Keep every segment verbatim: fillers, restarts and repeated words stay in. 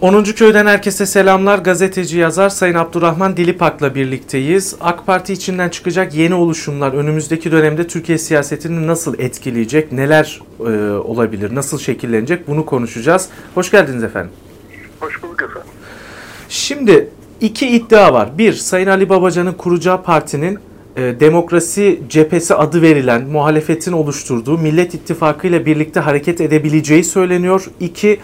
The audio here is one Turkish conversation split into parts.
onuncu Köy'den herkese selamlar. Gazeteci yazar Sayın Abdurrahman Dilipak'la birlikteyiz. AK Parti içinden çıkacak yeni oluşumlar önümüzdeki dönemde Türkiye siyasetini nasıl etkileyecek, neler e, olabilir, nasıl şekillenecek bunu konuşacağız. Hoş geldiniz efendim. Hoş bulduk efendim. Şimdi iki iddia var. Bir, Sayın Ali Babacan'ın kuracağı partinin e, Demokrasi Cephesi adı verilen muhalefetin oluşturduğu Millet İttifakı ile birlikte hareket edebileceği söyleniyor. İki,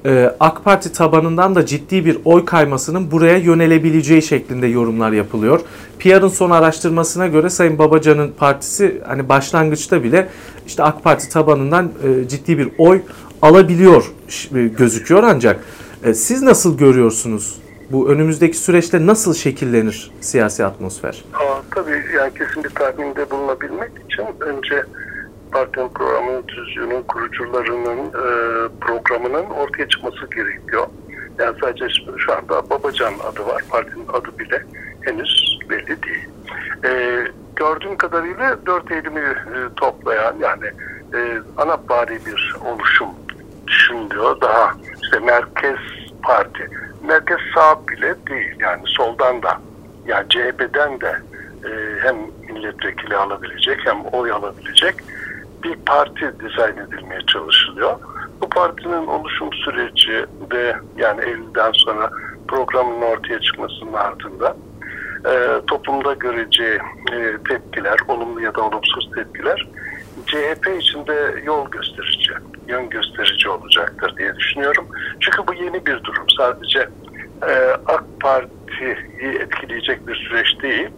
AK Parti tabanından da ciddi bir oy kaymasının buraya yönelebileceği şeklinde yorumlar yapılıyor. P R'ın son araştırmasına göre Sayın Babacan'ın partisi hani başlangıçta bile işte AK Parti tabanından ciddi bir oy alabiliyor gözüküyor, ancak siz nasıl görüyorsunuz? Bu önümüzdeki süreçte nasıl şekillenir siyasi atmosfer? Aa, tabii yani kesin bir tahminde bulunabilmek için önce partinin programının, tüzüğünün, kurucularının e, programının ortaya çıkması gerekiyor. Yani sadece şu anda Babacan adı var. Partinin adı bile henüz belli değil. E, gördüğüm kadarıyla dört Eylül'ü e, toplayan yani e, ANAPvari bir oluşum düşünülüyor. Daha işte merkez parti. Merkez sağ bile değil. Yani soldan da yani C H P'den de e, hem milletvekili alabilecek hem oy alabilecek bir parti dizayn edilmeye çalışılıyor. Bu partinin oluşum süreci ve yani Eylül'den sonra programın ortaya çıkmasının ardında e, toplumda göreceği e, tepkiler, olumlu ya da olumsuz tepkiler C H P içinde yol gösterici, yön gösterici olacaktır diye düşünüyorum. Çünkü bu yeni bir durum. Sadece e, AK Parti'yi etkileyecek bir süreç değil.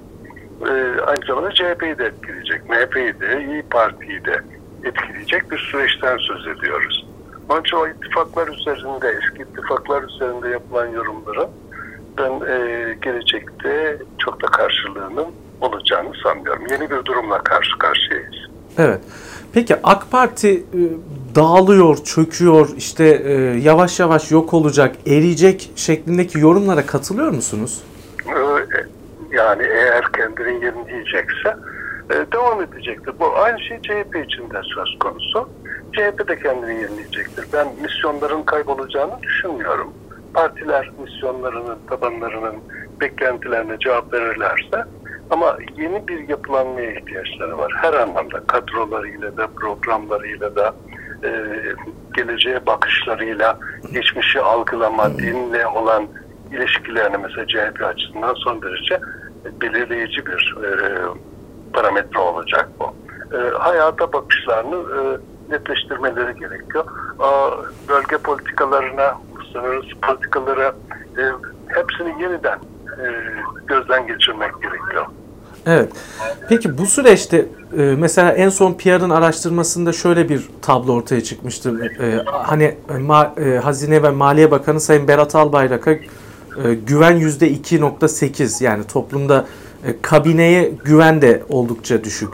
Ee, aynı zamanda C H P'yi de etkileyecek, M H P'yi de, İYİ Parti'yi de etkileyecek bir süreçten söz ediyoruz. Onun için o ittifaklar üzerinde, eski ittifaklar üzerinde yapılan yorumların ben e, gelecekte çok da karşılığının olacağını sanmıyorum. Yeni bir durumla karşı karşıyayız. Evet. Peki AK Parti e, dağılıyor, çöküyor, işte e, yavaş yavaş yok olacak, eriyecek şeklindeki yorumlara katılıyor musunuz? Ee, Yani eğer kendini yenileyecekse e, devam edecektir. Bu aynı şey C H P için de söz konusu. C H P de kendini yenileyecektir. Ben misyonların kaybolacağını düşünmüyorum. Partiler misyonlarının, tabanlarının beklentilerine cevap verirlerse ama yeni bir yapılanmaya ihtiyaçları var. Her anlamda kadrolarıyla da, programlarıyla da, e, geleceğe bakışlarıyla, geçmişi algılama, dinle olan ilişkilerini mesela C H P açısından son derece belirleyici bir e, parametre olacak bu. E, hayata bakışlarını e, netleştirmeleri gerekiyor. E, bölge politikalarına, uluslararası politikalara e, hepsini yeniden e, gözden geçirmek gerekiyor. Evet. Peki bu süreçte e, mesela en son P R'ın araştırmasında şöyle bir tablo ortaya çıkmıştı. E, hani ma, e, Hazine ve Maliye Bakanı Sayın Berat Albayrak'a güven yüzde iki nokta sekiz, yani toplumda kabineye güven de oldukça düşük.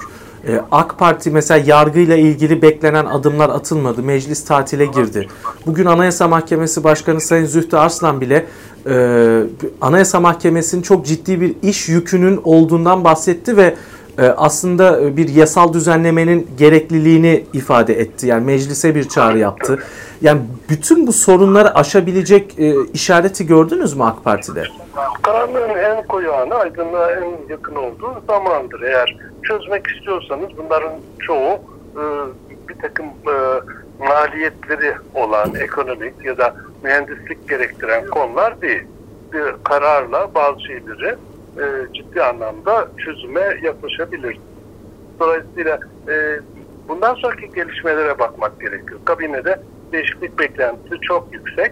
AK Parti mesela yargıyla ilgili beklenen adımlar atılmadı. Meclis tatile girdi. Bugün Anayasa Mahkemesi Başkanı Sayın Zühtü Arslan bile e, Anayasa Mahkemesi'nin çok ciddi bir iş yükünün olduğundan bahsetti ve e, aslında bir yasal düzenlemenin gerekliliğini ifade etti. Yani meclise bir çağrı yaptı. Yani bütün bu sorunları aşabilecek e, işareti gördünüz mü AK Parti'de? Karanlığın en koyu anı aydınlığa en yakın olduğu zamandır. Eğer çözmek istiyorsanız bunların çoğu e, bir takım e, maliyetleri olan ekonomik ya da mühendislik gerektiren konular değil. Bir kararla bazı şeyleri e, ciddi anlamda çözüme yaklaşabilir. Dolayısıyla e, bundan sonraki gelişmelere bakmak gerekiyor. Kabinede değişiklik beklentisi çok yüksek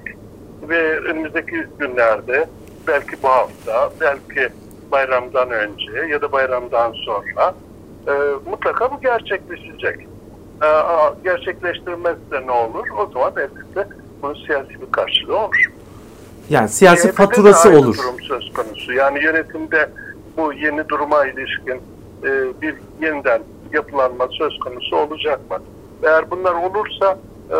ve önümüzdeki günlerde belki bu hafta, belki bayramdan önce ya da bayramdan sonra e, mutlaka bu gerçekleşecek. E, gerçekleştirilmezse ne olur? O zaman elbette bunun siyasi bir karşılığı olur. Yani siyasi C H P'de faturası olur. Durum söz konusu. Yani yönetimde bu yeni duruma ilişkin e, bir yeniden yapılanma söz konusu olacak mı? Eğer bunlar olursa e,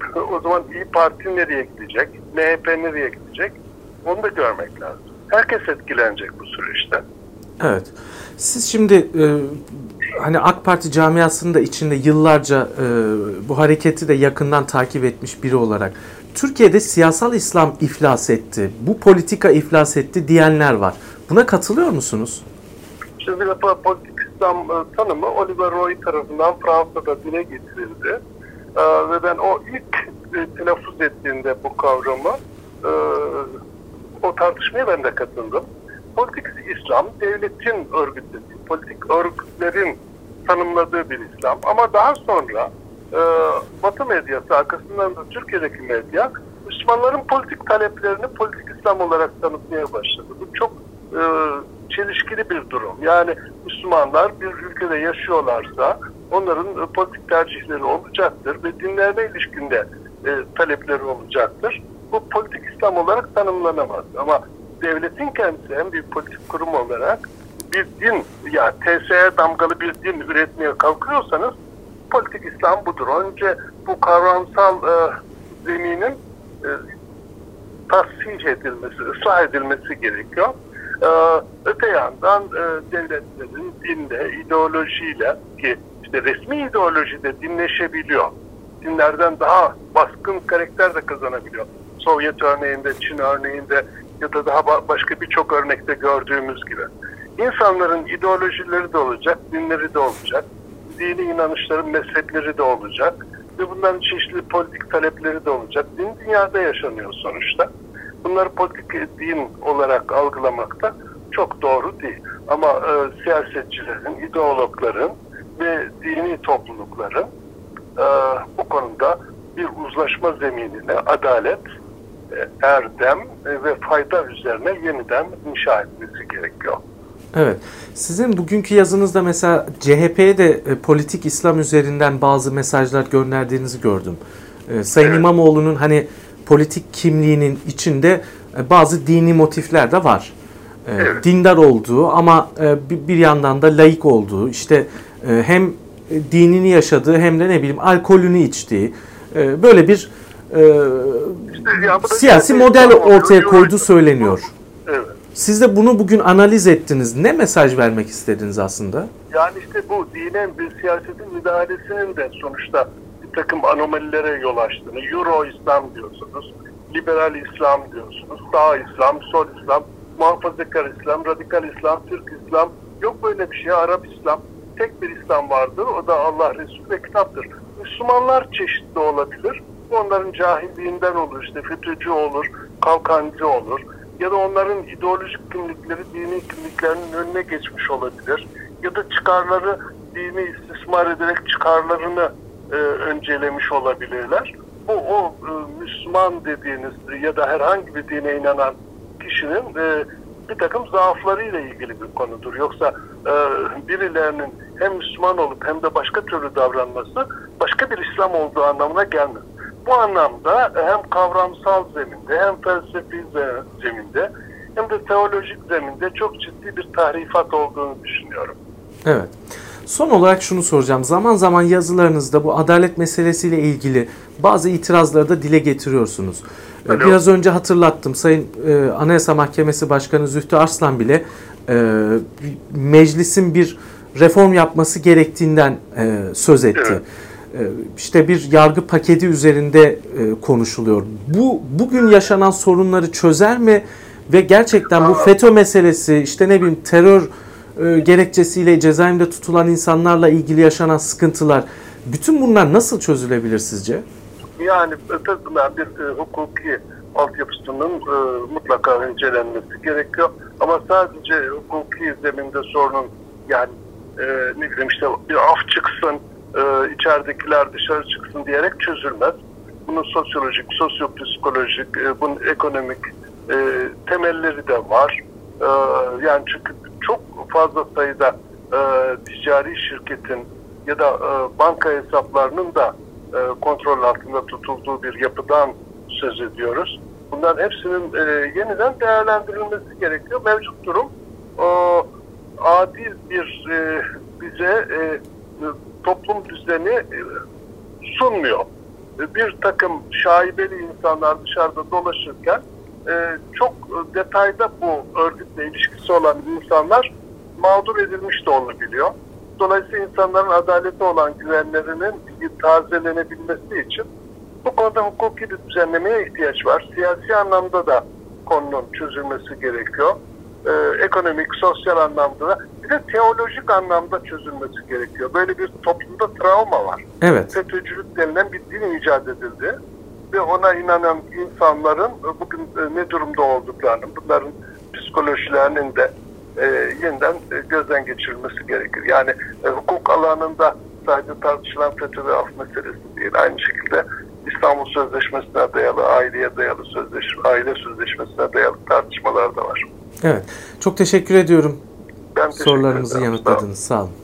o zaman İYİ Parti nereye gidecek? M H P nereye gidecek? Onu da görmek lazım. Herkes etkilenecek bu süreçten. Evet. Siz şimdi e, hani AK Parti camiasının da içinde yıllarca e, bu hareketi de yakından takip etmiş biri olarak Türkiye'de siyasal İslam iflas etti, bu politika iflas etti diyenler var. Buna katılıyor musunuz? Şimdi politik İslam e, tanımı Oliver Roy tarafından Fransa'da dile getirildi. E, ve ben o ilk e, telaffuz ettiğinde bu kavramı e, o tartışmaya ben de katıldım. Politik İslam devletin örgütlediği, politik örgütlerin tanımladığı bir İslam. Ama daha sonra e, Batı medyası, arkasından da Türkiye'deki medya Müslümanların politik taleplerini politik İslam olarak tanıtmaya başladı. Bu çok e, çelişkili bir durum. Yani Müslümanlar bir ülkede yaşıyorlarsa onların e, politik tercihleri olacaktır ve dinlerine ilişkinde e, talepleri olacaktır. Bu politik İslam olarak tanımlanamaz. Ama devletin kendisi hem bir politik kurum olarak bir din, yani T S E'ye damgalı bir din üretmeye kalkıyorsanız politik İslam budur. Önce bu kavramsal e, zeminin e, tasih edilmesi, ıslah edilmesi gerekiyor. E, öte yandan e, devletlerin dinle, ideolojiyle, ki işte resmi ideolojide dinleşebiliyor. Dinlerden daha baskın karakter de kazanabiliyor. Sovyet örneğinde, Çin örneğinde ya da daha başka birçok örnekte gördüğümüz gibi. İnsanların ideolojileri de olacak, dinleri de olacak, dini inanışların mezhepleri de olacak ve bunların çeşitli politik talepleri de olacak. Din dünyada yaşanıyor sonuçta. Bunları politik din olarak algılamak da çok doğru değil. Ama e, siyasetçilerin, ideologların ve dini toplulukların e, bu konuda bir uzlaşma zeminine adalet, erdem ve fayda üzerine yeniden inşa etmesi gerekiyor. Evet. Sizin bugünkü yazınızda mesela C H P'ye de e, politik İslam üzerinden bazı mesajlar gönderdiğinizi gördüm. E, Sayın evet. İmamoğlu'nun hani politik kimliğinin içinde e, bazı dini motifler de var. E, evet. Dindar olduğu ama e, bir, bir yandan da laik olduğu, işte e, hem dinini yaşadığı hem de ne bileyim alkolünü içtiği e, böyle bir e, işte ya, siyasi model ortaya koyduğu söyleniyor. Evet. Siz de bunu bugün analiz ettiniz. Ne mesaj vermek istediniz aslında? Yani işte bu dinen bir siyasetin müdahalesinin de sonuçta bir takım anomalilere yol açtığını, Euro İslam diyorsunuz, liberal İslam diyorsunuz, sağ İslam, sol İslam, muhafazakar İslam, radikal İslam, Türk İslam, yok böyle bir şey, Arap İslam. Tek bir İslam vardır, o da Allah, Resul ve kitaptır. Müslümanlar çeşitli olabilir. Onların cahilliğinden olur, işte FETÖ'cü olur, kalkancı olur. Ya da onların ideolojik kimlikleri dini kimliklerinin önüne geçmiş olabilir. Ya da çıkarları dini istismar ederek çıkarlarını e, öncelemiş olabilirler. Bu o e, Müslüman dediğiniz ya da herhangi bir dine inanan kişinin e, bir takım zaaflarıyla ilgili bir konudur. Yoksa e, birilerinin hem Müslüman olup hem de başka türlü davranması başka bir İslam olduğu anlamına gelmez. Bu anlamda hem kavramsal zeminde hem felsefi zeminde hem de teolojik zeminde çok ciddi bir tahrifat olduğunu düşünüyorum. Evet. Son olarak şunu soracağım. Zaman zaman yazılarınızda bu adalet meselesiyle ilgili bazı itirazları da dile getiriyorsunuz. Alo. Biraz önce hatırlattım. Sayın e, Anayasa Mahkemesi Başkanı Zühtü Arslan bile e, meclisin bir reform yapması gerektiğinden e, söz etti. Evet. İşte bir yargı paketi üzerinde konuşuluyor. Bu bugün yaşanan sorunları çözer mi ve gerçekten bu FETÖ meselesi, işte ne bileyim terör gerekçesiyle cezaevinde tutulan insanlarla ilgili yaşanan sıkıntılar, bütün bunlar nasıl çözülebilir sizce? Yani bir e, hukuki altyapısının e, mutlaka incelenmesi gerekiyor. Ama sadece hukuki zeminde sorunun, yani e, ne bileyim işte bir af çıksın, Ee, içeridekiler dışarı çıksın diyerek çözülmez. Bunun sosyolojik, sosyopsikolojik, e, bunun ekonomik e, temelleri de var. E, yani çünkü çok fazla sayıda e, ticari şirketin ya da e, banka hesaplarının da e, kontrol altında tutulduğu bir yapıdan söz ediyoruz. Bunların hepsinin e, yeniden değerlendirilmesi gerekiyor. Mevcut durum e, adil bir e, bize e, toplum düzeni sunmuyor. Bir takım şaibeli insanlar dışarıda dolaşırken çok detayda bu örgütle ilişkisi olan insanlar mağdur edilmiş de olabiliyor. Dolayısıyla insanların adalete olan güvenlerinin tazelenebilmesi için bu konuda hukuki bir düzenlemeye ihtiyaç var. Siyasi anlamda da konunun çözülmesi gerekiyor. Ee, ekonomik, sosyal anlamda da, bir de teolojik anlamda çözülmesi gerekiyor. Böyle bir toplumda travma var. Evet. FETÖ'cülük denilen bir din icat edildi. Ve ona inanan insanların bugün ne durumda olduklarını, bunların psikolojilerinin de e, yeniden e, gözden geçirilmesi gerekir. Yani e, hukuk alanında sadece tartışılan FETÖ ve af meselesi değil. Aynı şekilde İstanbul Sözleşmesi'ne dayalı, aileye dayalı sözleşme, aile sözleşmesine dayalı tartışmalar da var. Evet. Çok teşekkür ediyorum. Ben teşekkür Sorularımızı ederim. yanıtladınız. Sağ olun.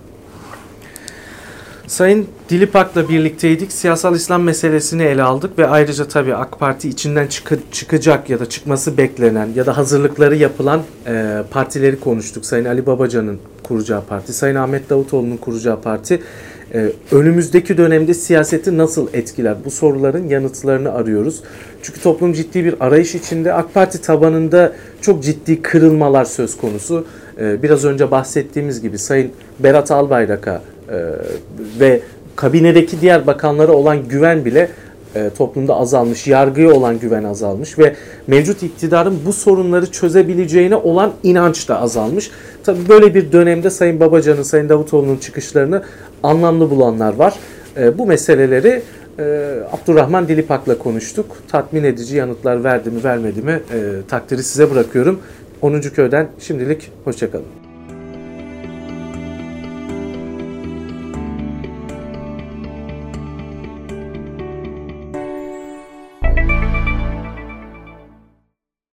Sayın Dilipak'la birlikteydik. Siyasal İslam meselesini ele aldık ve ayrıca tabii AK Parti içinden çıkı, çıkacak ya da çıkması beklenen ya da hazırlıkları yapılan e, partileri konuştuk. Sayın Ali Babacan'ın kuracağı parti, Sayın Ahmet Davutoğlu'nun kuracağı parti. E, önümüzdeki dönemde siyaseti nasıl etkiler? Bu soruların yanıtlarını arıyoruz. Çünkü toplum ciddi bir arayış içinde. AK Parti tabanında çok ciddi kırılmalar söz konusu. E, biraz önce bahsettiğimiz gibi Sayın Berat Albayrak'a e, ve kabinedeki diğer bakanlara olan güven bile e, toplumda azalmış, yargıya olan güven azalmış ve mevcut iktidarın bu sorunları çözebileceğine olan inanç da azalmış. Tabii böyle bir dönemde Sayın Babacan'ın, Sayın Davutoğlu'nun çıkışlarını anlamlı bulanlar var. E, bu meseleleri e, Abdurrahman Dilipak'la konuştuk. Tatmin edici yanıtlar verdi mi vermedi mi e, takdiri size bırakıyorum. onuncu Köy'den şimdilik hoşça kalın.